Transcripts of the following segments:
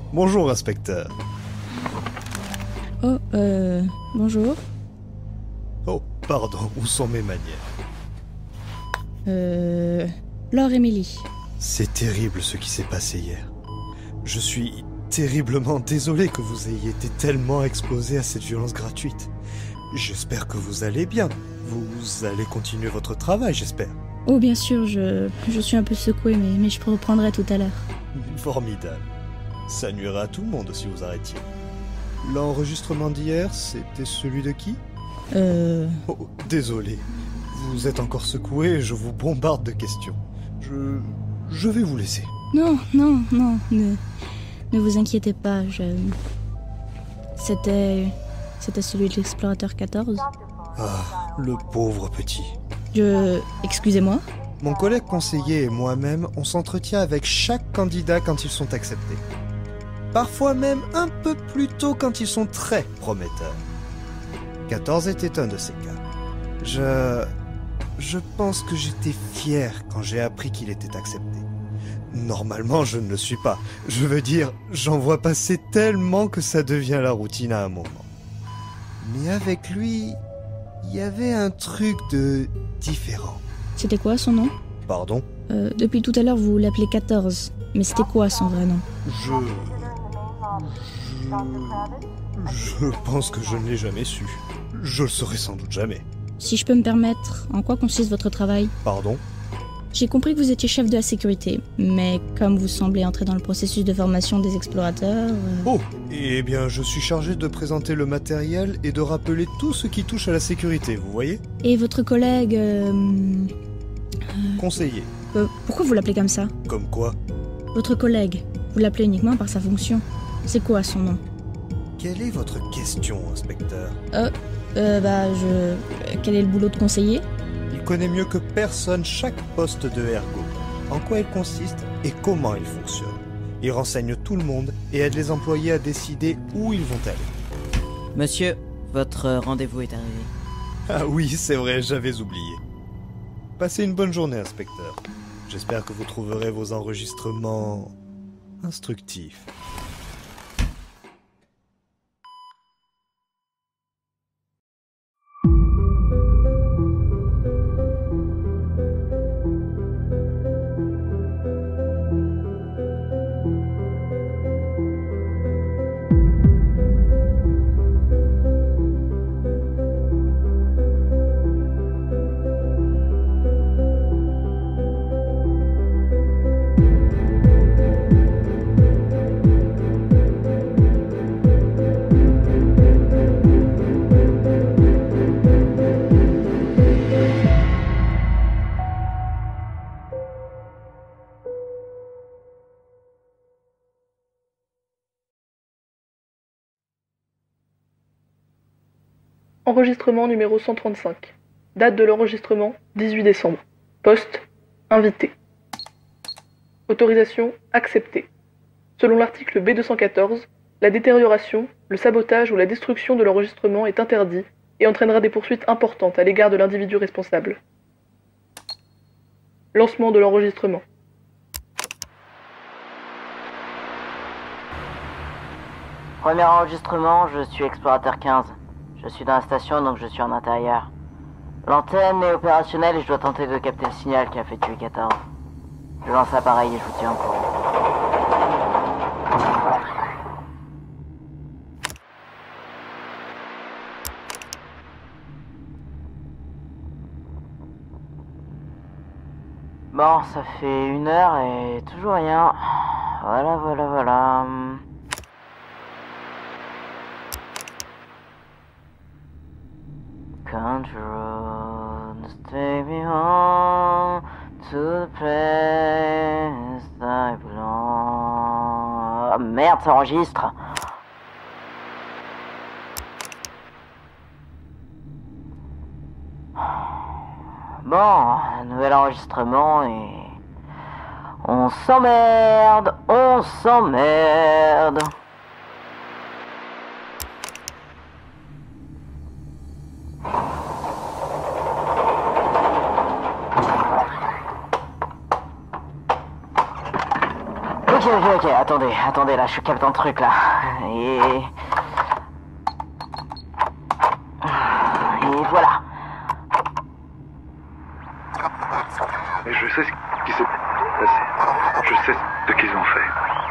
Bonjour, inspecteur. Oh, bonjour. Oh, pardon, où sont mes manières? Laure Émilie. C'est terrible ce qui s'est passé hier. Je suis terriblement désolé que vous ayez été tellement exposé à cette violence gratuite. J'espère que vous allez bien. Vous allez continuer votre travail, j'espère. Oh, bien sûr, je suis un peu secouée, mais je reprendrai tout à l'heure. Formidable. Ça nuirait à tout le monde si vous arrêtiez. L'enregistrement d'hier, c'était celui de qui? Oh, désolé. Vous êtes encore secoué et je vous bombarde de questions. Je vais vous laisser. Non, ne vous inquiétez pas, C'était celui de l'explorateur 14. Ah, le pauvre petit. Excusez-moi? Mon collègue conseiller et moi-même, on s'entretient avec chaque candidat quand ils sont acceptés. Parfois même un peu plus tôt quand ils sont très prometteurs. 14 était un de ces cas. Je pense que j'étais fier quand j'ai appris qu'il était accepté. Normalement, je ne le suis pas. Je veux dire, j'en vois passer tellement que ça devient la routine à un moment. Mais avec lui, il y avait un truc de différent. C'était quoi son nom? Pardon? Depuis tout à l'heure, vous l'appelez 14. Mais c'était quoi son vrai nom? Je pense que je ne l'ai jamais su. Je le saurai sans doute jamais. Si je peux me permettre, en quoi consiste votre travail? Pardon? J'ai compris que vous étiez chef de la sécurité, mais comme vous semblez entrer dans le processus de formation des explorateurs... Oh, eh bien, je suis chargé de présenter le matériel et de rappeler tout ce qui touche à la sécurité, vous voyez? Et votre collègue... Conseiller. Pourquoi vous l'appelez comme ça? Comme quoi? Votre collègue, vous l'appelez uniquement par sa fonction. C'est quoi son nom? Quelle est votre question, inspecteur? Quel est le boulot de conseiller? Il connaît mieux que personne chaque poste de ergo, en quoi il consiste et comment il fonctionne. Il renseigne tout le monde et aide les employés à décider où ils vont aller. Monsieur, votre rendez-vous est arrivé. Ah oui, c'est vrai, j'avais oublié. Passez une bonne journée, inspecteur. J'espère que vous trouverez vos enregistrements instructifs. Enregistrement numéro 135. Date de l'enregistrement, 18 décembre. Poste, invité. Autorisation, acceptée. Selon l'article B214, la détérioration, le sabotage ou la destruction de l'enregistrement est interdit et entraînera des poursuites importantes à l'égard de l'individu responsable. Lancement de l'enregistrement. Premier enregistrement, je suis explorateur 15. Je suis dans la station, donc je suis en intérieur. L'antenne est opérationnelle et je dois tenter de capter le signal qui a fait tuer 14. Je lance l'appareil et je vous tiens au courant. Bon, ça fait 1 heure et toujours rien. Voilà. Country roads take me home to the place I belong. Ah merde, ça enregistre. Bon, nouvel enregistrement et... On s'emmerde. Ok, Ok, attendez, là, je capte un truc, là. Et voilà. Mais je sais ce qui s'est passé. Je sais ce qu'ils ont fait.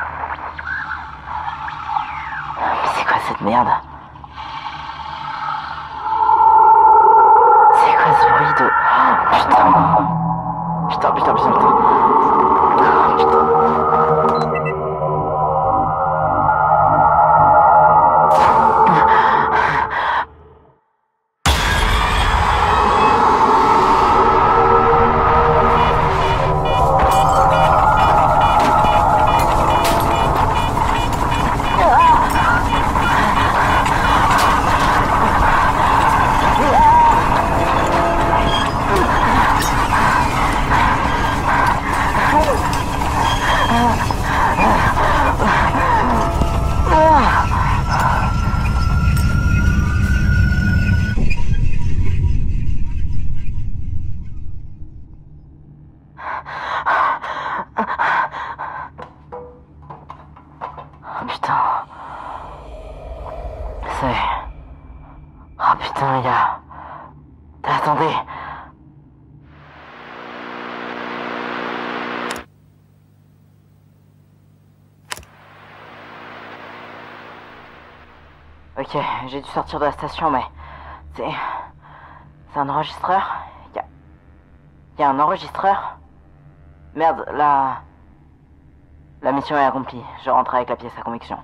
Mais c'est quoi cette merde? C'est quoi ce bruit de... Oh, putain. Oh, putain. Oh putain, les gars. Attendez. Ok, j'ai dû sortir de la station, mais... C'est un enregistreur? Y a un enregistreur? Merde, la mission est accomplie. Je rentre avec la pièce à conviction.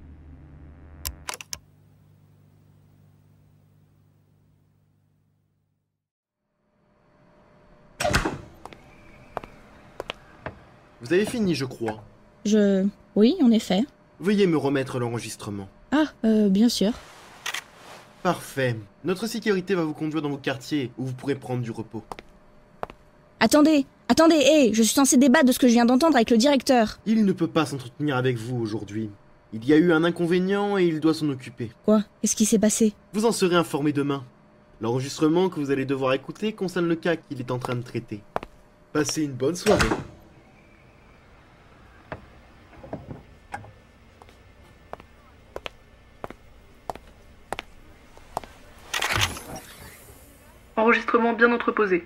Vous avez fini, je crois. Oui, en effet. Veuillez me remettre l'enregistrement. Ah, bien sûr. Parfait. Notre sécurité va vous conduire dans vos quartiers, où vous pourrez prendre du repos. Attendez, je suis censé débattre de ce que je viens d'entendre avec le directeur. Il ne peut pas s'entretenir avec vous aujourd'hui. Il y a eu un inconvénient et il doit s'en occuper. Quoi? Qu'est-ce qui s'est passé? Vous en serez informé demain. L'enregistrement que vous allez devoir écouter concerne le cas qu'il est en train de traiter. Passez une bonne soirée. Enregistrement bien entreposé.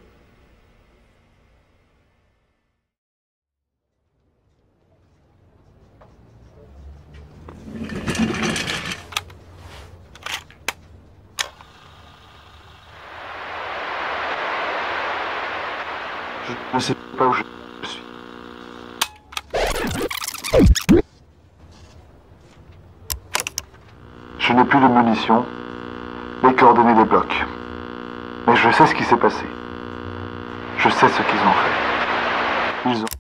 Je ne sais pas où je suis. Je n'ai plus de munitions. Les coordonnées des blocs. Mais je sais ce qui s'est passé. Je sais ce qu'ils ont fait. Ils ont...